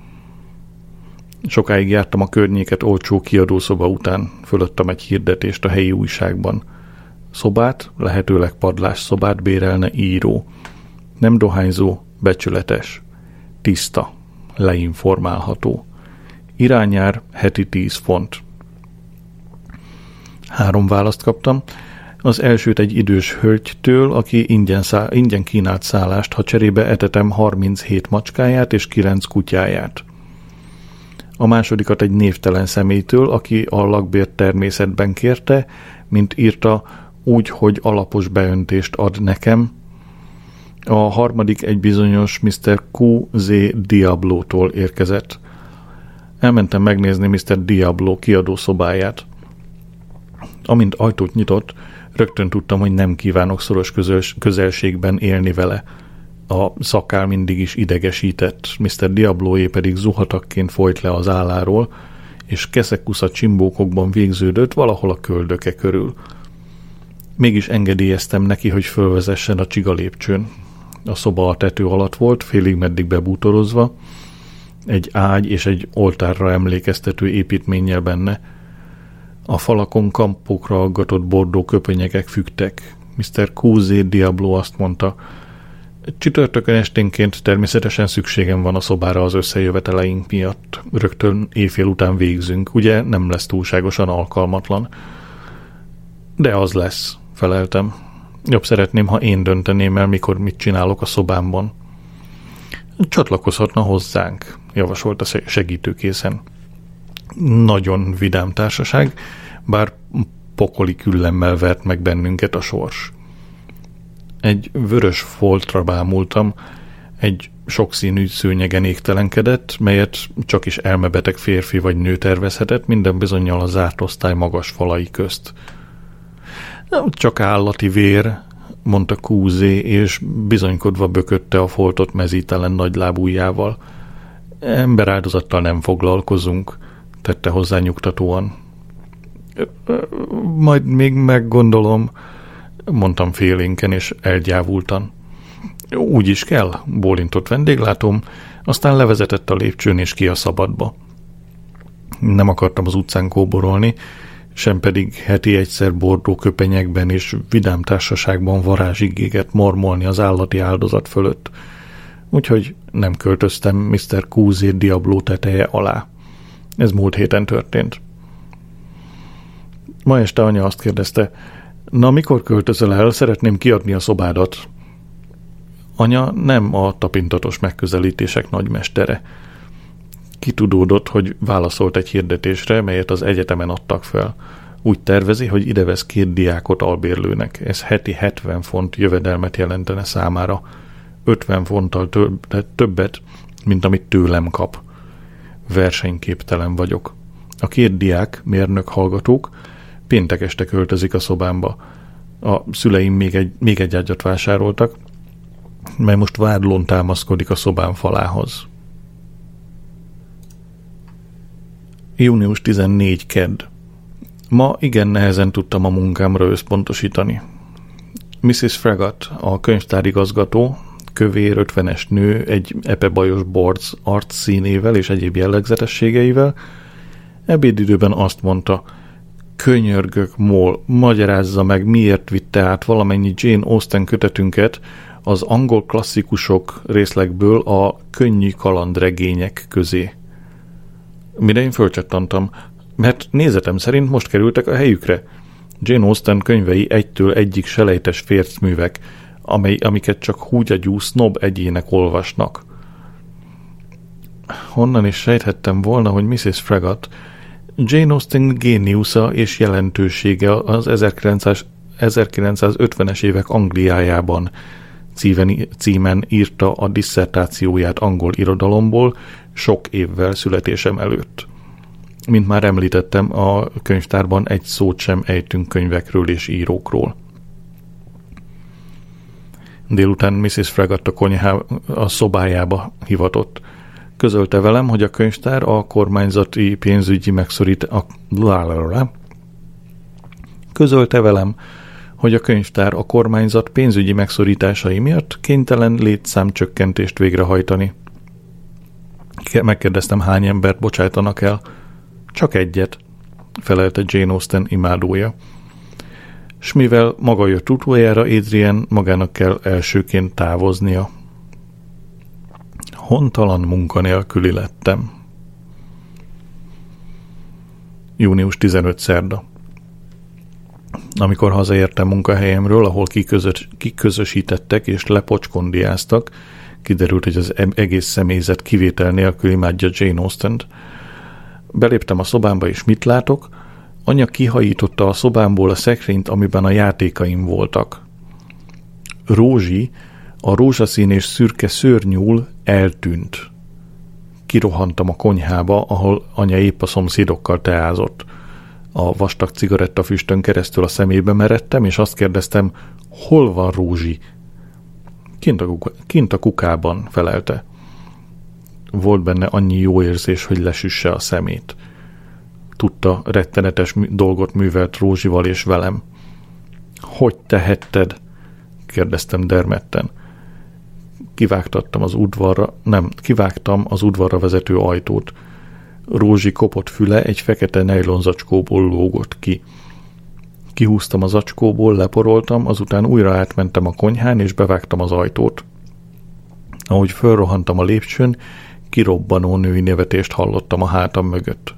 Sokáig jártam a környéket olcsó kiadószoba után, fölöttem egy hirdetést a helyi újságban. Szobát, lehetőleg padlás szobát bérelne író. Nem dohányzó, becsületes. Tiszta, leinformálható. Irányár heti tíz font. Három választ kaptam. Az elsőt egy idős hölgytől, aki ingyen, szá- ingyen kínált szállást, ha cserébe etetem harminchét macskáját és kilenc kutyáját. A másodikat egy névtelen személytől, aki a lakbért természetben kérte, mint írta, úgy, hogy alapos beöntést ad nekem. A harmadik egy bizonyos miszter kú zé Diablótól érkezett. Elmentem megnézni miszter Diabló kiadószobáját. Amint ajtót nyitott, rögtön tudtam, hogy nem kívánok szoros közös, közelségben élni vele. A szakál mindig is idegesített, miszter Diablóé pedig zuhatakként folyt le az álláról, és keszekusza csimbókokban végződött valahol a köldöke körül. Mégis engedélyeztem neki, hogy fölvezessen a csiga lépcsőn. A szoba a tető alatt volt, félig meddig bebútorozva, egy ágy és egy oltárra emlékeztető építménnyel benne. A falakon kampókra aggatott bordó köpönyegek függtek. miszter kú zé Diabló azt mondta, csütörtökön esténként természetesen szükségem van a szobára az összejöveteleink miatt. Rögtön éjfél után végzünk, ugye nem lesz túlságosan alkalmatlan. De az lesz, feleltem. Jobb szeretném, ha én dönteném el, mikor mit csinálok a szobámban. Csatlakozhatna hozzánk, javasolta segítőkészen. Nagyon vidám társaság, bár pokoli küllemmel vert meg bennünket a sors. Egy vörös foltra bámultam, egy sokszínű szőnyegen égtelenkedett, melyet csak is elmebeteg férfi vagy nő tervezhetett, minden bizonnyal a zárt osztály magas falai közt. Csak állati vér, mondta kú zé, és bizonykodva bökötte a foltot mezítelen nagy lábujjával. Emberáldozattal nem foglalkozunk, tette hozzá nyugtatóan. Majd még meggondolom, mondtam félénken és elgyávultan. Úgy is kell, bólintott vendéglátóm, aztán levezetett a lépcsőn és ki a szabadba. Nem akartam az utcán kóborolni, sem pedig heti egyszer bordó köpenyekben és vidám társaságban varázsigéget mormolni az állati áldozat fölött. Úgyhogy nem költöztem miszter kú zé Diabló teteje alá. Ez múlt héten történt. Ma este anya azt kérdezte, na mikor költözöl el, szeretném kiadni a szobádat. Anya nem a tapintatos megközelítések nagymestere. Kitudódott, hogy válaszolt egy hirdetésre, melyet az egyetemen adtak fel. Úgy tervezi, hogy idevesz két diákot albérlőnek. Ez heti hetven font jövedelmet jelentene számára. ötven fonttal többet, mint amit tőlem kap. Versenyképtelen vagyok. A két diák, mérnök hallgatók, péntek este költözik a szobámba. A szüleim még egy, még egy ágyat vásároltak, mely most vádlón támaszkodik a szobám falához. június tizennégyedike kedd. Ma igen nehezen tudtam a munkámra összpontosítani. missziz Fragat, a könyvtárigazgató, kövér, ötvenes nő, egy epebajos borc arcszínével és egyéb jellegzetességeivel ebédidőben azt mondta: könyörgök, Mól, magyarázza meg, miért vitte át valamennyi Jane Austen kötetünket az angol klasszikusok részlegből a könnyű kalandregények közé. Mire én fölcsattantam, mert nézetem szerint most kerültek a helyükre. Jane Austen könyvei egytől egyik selejtes fércművek, amely, amiket csak húgyagyú sznob egyének olvasnak. Honnan is sejthettem volna, hogy missziz Fragat Jane Austen géniusza és jelentősége az ezerkilencszázötvenes évek Angliájában címen, címen írta a disszertációját angol irodalomból sok évvel születésem előtt. Mint már említettem, a könyvtárban egy szót sem ejtünk könyvekről és írókról. Délután missziz Fragat a konyhá a szobájába hivatott. Közölte velem, hogy a könyvtár a kormányzati pénzügyi megszorít... A... Közölte velem, hogy a könyvtár a kormányzat pénzügyi megszorításai miatt kénytelen létszámcsökkentést végrehajtani. Megkérdeztem, hány embert bocsájtanak el. Csak egyet, felelte Jane Austen imádója. S mivel maga jött utoljára, Adrian magának kell elsőként távoznia. Hontalan munkanélküli lettem. június tizenötödike szerda. Amikor hazaértem munkahelyemről, ahol kiközös, kiközösítettek és lepocskondiáztak, kiderült, hogy az egész személyzet kivétel nélkül imádja Jane Austen-t. Beléptem a szobámba, és mit látok? Anya kihajította a szobámból a szekrényt, amiben a játékaim voltak. Rózsi, a rózsaszín és szürke szőrnyúl eltűnt. Kirohantam a konyhába, ahol anya épp a szomszédokkal teázott. A vastag cigarettafüstön keresztül a szemébe meredtem, és azt kérdeztem, hol van Rózsi? Kint a, kuka- kint a kukában, felelte. Volt benne annyi jó érzés, hogy lesüsse a szemét. Tudta, rettenetes dolgot művelt Rózsival és velem. Hogy tehetted? Kérdeztem dermedten. Kivágtattam az udvarra, nem, kivágtam az udvarra vezető ajtót. Rózsi kopott füle egy fekete nejlonzacskóból lógott ki. Kihúztam az zacskóból, leporoltam, azután újra átmentem a konyhán, és bevágtam az ajtót. Ahogy fölrohantam a lépcsőn, kirobbanó női nevetést hallottam a hátam mögött.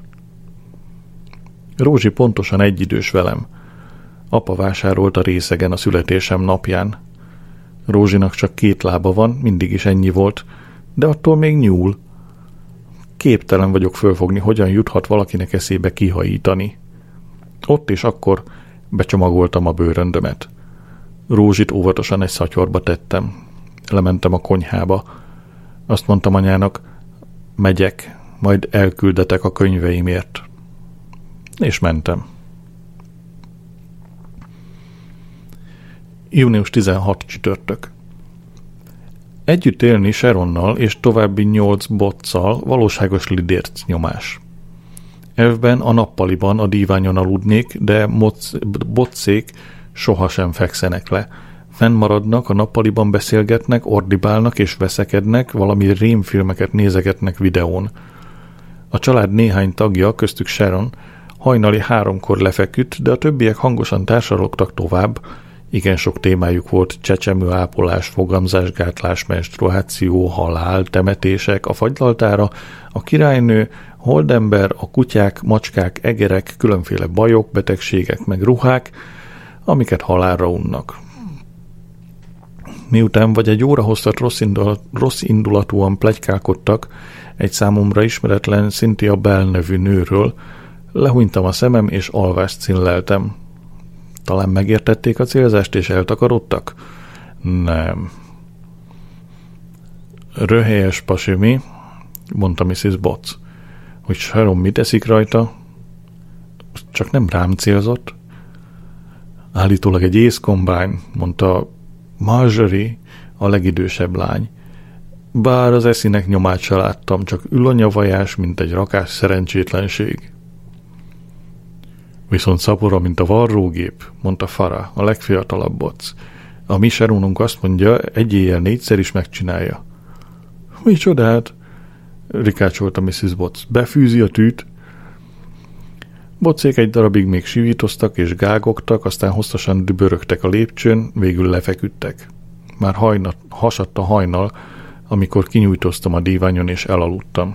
Rózsi pontosan egyidős velem. Apa vásárolt a részegen a születésem napján. Rózsinak csak két lába van, mindig is ennyi volt, de attól még nyúl. Képtelen vagyok fölfogni, hogyan juthat valakinek eszébe kihajítani. Ott és akkor becsomagoltam a bőröndömet. Rózsit óvatosan egy szatyorba tettem. Lementem a konyhába. Azt mondtam anyának, megyek, majd elküldetek a könyveimért. És mentem. június tizenhatodika csütörtök. Együtt élni Sharonnal és további nyolc botcal valóságos lidérc nyomás. Elvben a nappaliban a díványon aludnék, de moc, botcék sohasem fekszenek le. Fennmaradnak, a nappaliban beszélgetnek, ordibálnak és veszekednek, valami rémfilmeket nézegetnek videón. A család néhány tagja, köztük Sharon, hajnali háromkor lefeküdt, de a többiek hangosan társalogtak tovább. Igen sok témájuk volt: csecsemőápolás, fogamzásgátlás, menstruáció, halál, temetések, a fagylaltára, a királynő, holdember, a kutyák, macskák, egerek, különféle bajok, betegségek meg ruhák, amiket halálra unnak. Miután vagy egy óra hosszat rossz, indulat, rossz indulatúan pletykálkodtak egy számomra ismeretlen Cynthia Bell nevű nőről, lehúnytam a szemem és alvást színleltem. Talán megértették a célzást és eltakarodtak? Nem. Röhelyes pasimi, mondta missziz Botts. Hogy Sharon mit eszik rajta? Csak nem rám célzott. Állítólag egy észkombány, mondta Marjorie, a legidősebb lány. Bár az eszinek nyomát se láttam, csak ül a nyavajás, mint egy rakás szerencsétlenség. Viszont szapora, mint a varrógép, mondta Farah, a legfiatalabb Botts. A mi Sharonunk azt mondja, egy éjjel négyszer is megcsinálja. Micsodát? Rikácsolta missziz Botts. Befűzi a tűt? Boccék egy darabig még sivítoztak és gágogtak, aztán hosszasan dübörögtek a lépcsőn, végül lefeküdtek. Már hajna, hasadt a hajnal, amikor kinyújtoztam a díványon és elaludtam.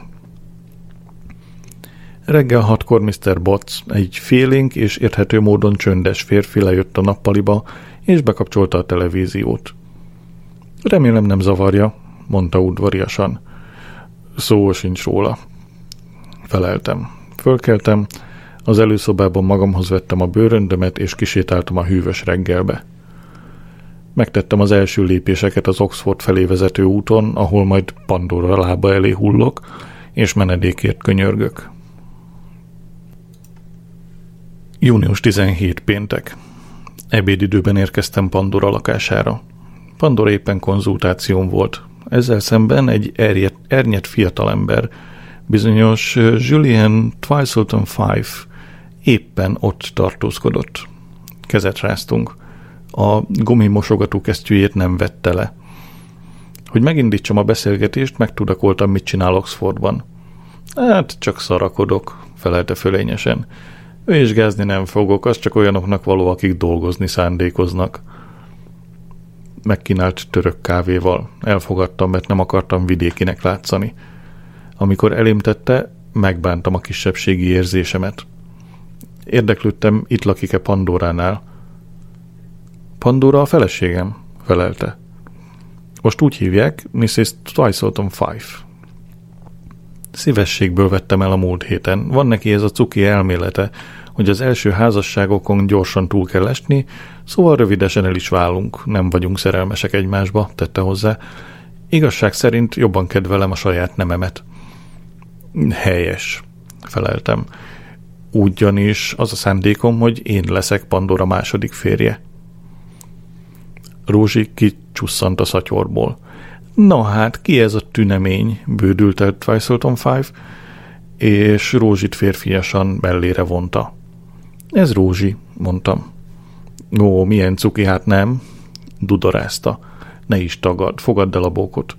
Reggel hatkor miszter Botts, egy félénk és érthető módon csöndes férfi lejött a nappaliba, és bekapcsolta a televíziót. Remélem nem zavarja, mondta udvariasan. Szó sincs róla. Feleltem. Fölkeltem, az előszobában magamhoz vettem a bőröndömet, és kisétáltam a hűvös reggelbe. Megtettem az első lépéseket az Oxford felé vezető úton, ahol majd Pandora lába elé hullok, és menedékért könyörgök. június tizenhetedike péntek. Ebédidőben érkeztem Pandora lakására. Pandora éppen konzultáción volt. Ezzel szemben egy erjet, ernyet fiatalember, bizonyos Julian Twistleton Fife éppen ott tartózkodott. Kezet ráztunk. A gumimosogató kesztyűjét nem vette le. Hogy megindítsam a beszélgetést, megtudakoltam, mit csinál Oxfordban. Hát, csak szarakodok, felelte fölényesen. Vizsgázni nem fogok, az csak olyanoknak való, akik dolgozni szándékoznak. Megkínált török kávéval. Elfogadtam, mert nem akartam vidékinek látszani. Amikor elém tette, megbántam a kisebbségi érzésemet. Érdeklődtem, itt lakik-e Pandoránál. Pandora a feleségem, felelte. Most úgy hívják, missziz Twistleton Fife. Szívességből vettem el a múlt héten. Van neki ez a cuki elmélete, hogy az első házasságokon gyorsan túl kell esni, szóval rövidesen el is válunk, nem vagyunk szerelmesek egymásba, tette hozzá. Igazság szerint jobban kedvelem a saját nememet. Helyes, feleltem. Ugyanis az a szándékom, hogy én leszek Pandora második férje. Rózsi kicsusszant a szatyorból. Na hát, ki ez a tünemény? Bődült el Twistleton Fife, és Rózsit férfiasan mellére vonta. Ez Rózsi, mondtam. Ó, milyen cuki, hát nem? Dudorázta. Ne is tagad, fogadd el a bókot.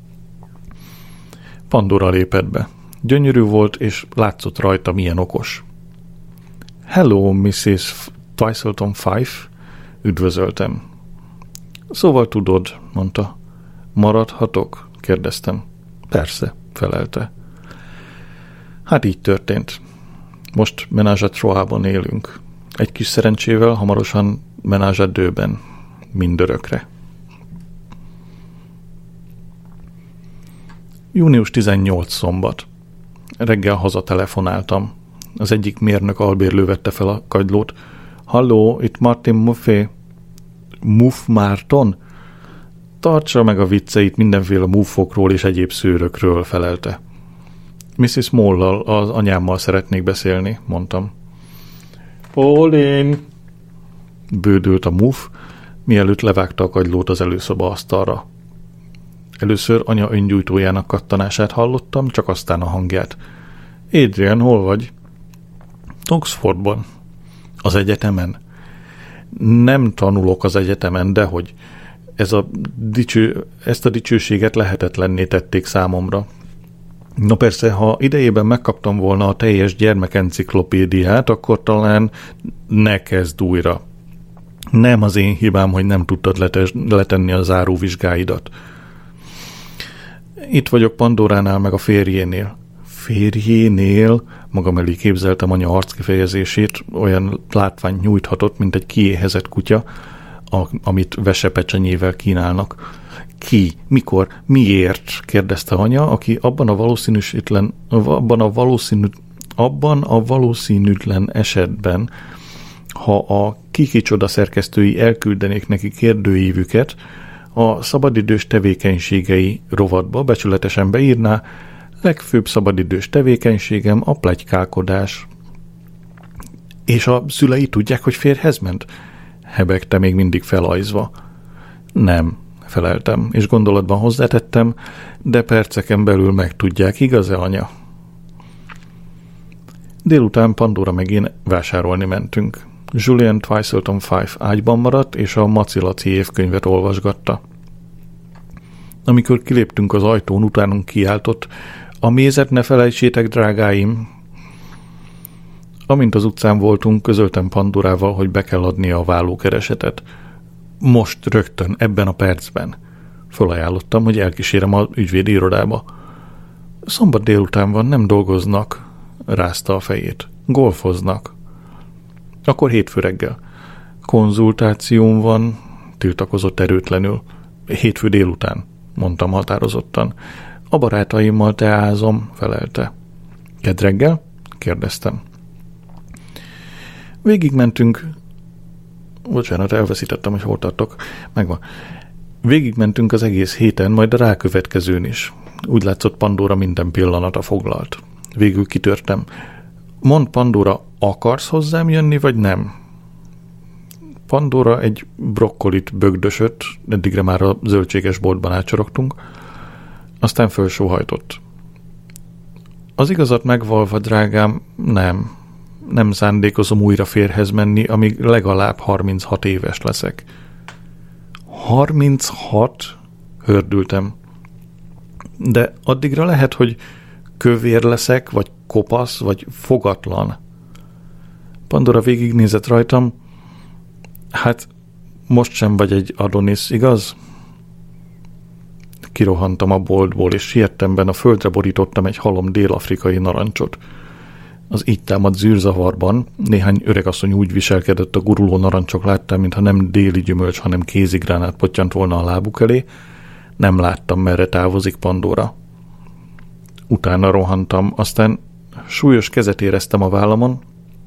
Pandora lépett be. Gyönyörű volt, és látszott rajta, milyen okos. Hello, missziz Twistleton Fife, üdvözöltem. Szóval tudod, mondta. Maradhatok? kérdeztem. Persze, felelte. Hát így történt. Most Menage à Trois-ban élünk. Egy kis szerencsével hamarosan Menage à Deux-ben. Mindörökre. június tizennyolcadika szombat. Reggel hazatelefonáltam. Az egyik mérnök albérlő vette fel a kagylót. Halló, itt Martin Muffé. Muff Márton? Tartsa meg a vicceit mindenféle muffokról és egyéb szőrökről, felelte. missziz Mollal, az anyámmal szeretnék beszélni, mondtam. Pauline! Bődült a muff, mielőtt levágta a kagylót az előszoba asztalra. Először anya öngyújtójának kattanását hallottam, csak aztán a hangját. Adrian, hol vagy? Oxfordban. Az egyetemen? Nem tanulok az egyetemen, dehogy. Ez a dicső, ezt a dicsőséget lehetetlenné tették számomra. Na persze, ha idejében megkaptam volna a teljes gyermekenciklopédiát, akkor talán ne kezd újra. Nem az én hibám, hogy nem tudtad letes, letenni a záróvizsgáidat. Itt vagyok Pandoránál meg a férjénél. Férjénél? Magam elé képzeltem anya arckifejezését, olyan látványt nyújthatott, mint egy kiéhezett kutya, a, amit vesepecsenyével kínálnak. Ki? Mikor? Miért? kérdezte anya, aki abban a valószínűtlen, abban a valószínű, abban a valószínűtlen esetben, ha a Kikicsoda szerkesztői elküldenék neki kérdőívüket, a szabadidős tevékenységei rovatba becsületesen beírná, legfőbb szabadidős tevékenységem a pletykálkodás. És a szülei tudják, hogy férjhez ment? Hebegte még mindig felajzva. Nem, feleltem, és gondolatban hozzátettem, de perceken belül megtudják, igaz-e, anya? Délután Pandora meg én vásárolni mentünk. Julian Twistleton Five ágyban maradt, és a Macilaci évkönyvet olvasgatta. Amikor kiléptünk az ajtón, utánunk kiáltott: "A mézet ne felejtsétek, drágáim!" Amint az utcán voltunk, közöltem Pandorával, hogy be kell adnia a vállókeresetet. Most, rögtön, ebben a percben. Fölajánlottam, hogy elkísérem az ügyvédi irodába. Szombat délután van, nem dolgoznak, rázta a fejét. Golfoznak. Akkor hétfő reggel. Konzultációm van, tiltakozott erőtlenül. Hétfő délután, mondtam határozottan. A barátaimmal teázom, felelte. Kedd reggel? Kérdeztem. Végigmentünk... Bocsánat, elveszítettem, hogy hol tartok. Megvan. Végigmentünk az egész héten, majd a rákövetkezőn is. Úgy látszott, Pandora minden pillanata foglalt. Végül kitörtem. Mondd, Pandora, akarsz hozzám jönni, vagy nem? Pandora egy brokkolit bögdösött, eddigre már a zöldséges boltban átcsorogtunk, aztán fölsóhajtott. Az igazat megvalva, drágám, nem. Nem szándékozom újra férhez menni, amíg legalább harminchat éves leszek. harminchat? Hördültem. De addigra lehet, hogy kövér leszek, vagy kopasz, vagy fogatlan. Pandora végignézett rajtam. Hát, most sem vagy egy Adonis, igaz? Kirohantam a boltból, és siettemben a földre borítottam egy halom dél-afrikai narancsot. Az így támadt zűrzavarban néhány öregasszony úgy viselkedett a guruló narancsok láttán, mintha nem déli gyümölcs, hanem kézigránát pottyant volna a lábuk elé. Nem láttam, merre távozik Pandora. Utána rohantam, aztán súlyos kezet éreztem a vállamon,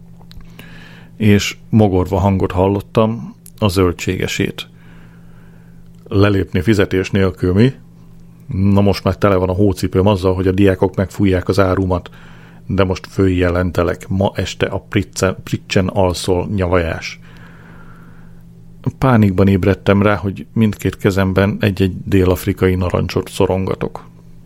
és mogorva hangot hallottam, a zöldségesét. Lelépni fizetés nélkül, mi? Na most már tele van a hócipőm azzal, hogy a diákok megfújják az árumat, de most följelentelek, ma este a pricsen, pricsen alszol, nyavajás. Pánikban ébredtem rá, hogy mindkét kezemben egy-egy dél-afrikai narancsot szorongatok.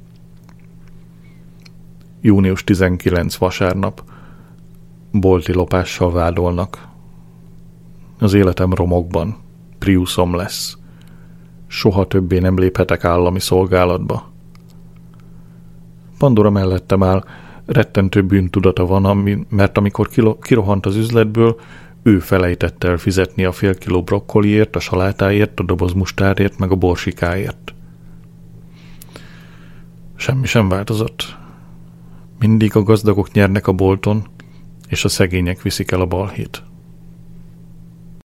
június tizenkilencedike vasárnap. Bolti lopással vádolnak. Az életem romokban. Priuszom lesz. Soha többé nem léphetek állami szolgálatba. Pandora mellettem áll, rettentő bűntudata van, ami, mert amikor kilo, kirohant az üzletből, ő felejtette el fizetni a fél kiló brokkoliért, a salátáért, a doboz mustárért, meg a borsikáért. Semmi sem változott. Mindig a gazdagok nyernek a bolton, és a szegények viszik el a balhét.